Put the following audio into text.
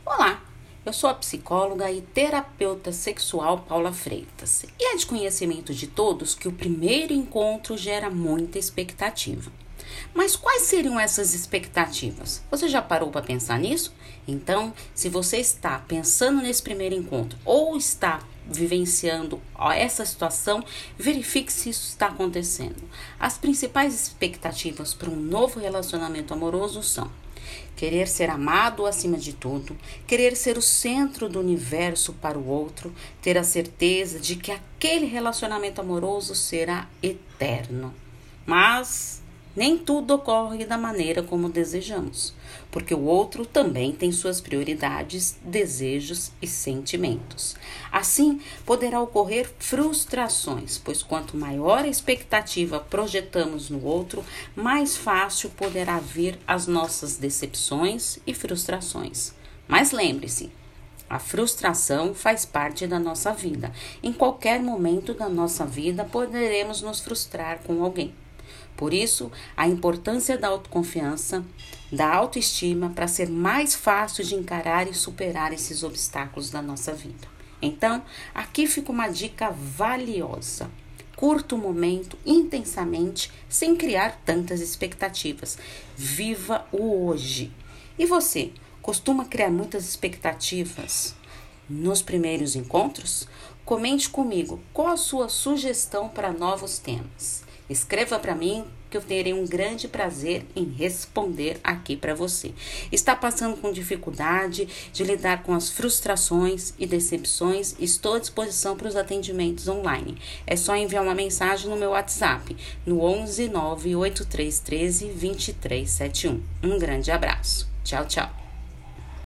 Olá, eu sou a psicóloga e terapeuta sexual Paula Freitas. E é de conhecimento de todos que o primeiro encontro gera muita expectativa. Mas quais seriam essas expectativas? Você já parou para pensar nisso? Então, se você está pensando nesse primeiro encontro ou está vivenciando essa situação, verifique se isso está acontecendo. As principais expectativas para um novo relacionamento amoroso são: querer ser amado acima de tudo, querer ser o centro do universo para o outro, ter a certeza de que aquele relacionamento amoroso será eterno. Mas nem tudo ocorre da maneira como desejamos, porque o outro também tem suas prioridades, desejos e sentimentos. Assim, poderá ocorrer frustrações, pois quanto maior a expectativa projetamos no outro, mais fácil poderá vir as nossas decepções e frustrações. Mas lembre-se, a frustração faz parte da nossa vida. Em qualquer momento da nossa vida, poderemos nos frustrar com alguém. Por isso, a importância da autoconfiança, da autoestima, para ser mais fácil de encarar e superar esses obstáculos da nossa vida. Então, aqui fica uma dica valiosa. Curta o momento intensamente, sem criar tantas expectativas. Viva o hoje. E você, costuma criar muitas expectativas nos primeiros encontros? Comente comigo qual a sua sugestão para novos temas. Escreva para mim que eu terei um grande prazer em responder aqui para você. Está passando com dificuldade de lidar com as frustrações e decepções? Estou à disposição para os atendimentos online. É só enviar uma mensagem no meu WhatsApp, no 11 98313 2371. Um grande abraço. Tchau, tchau.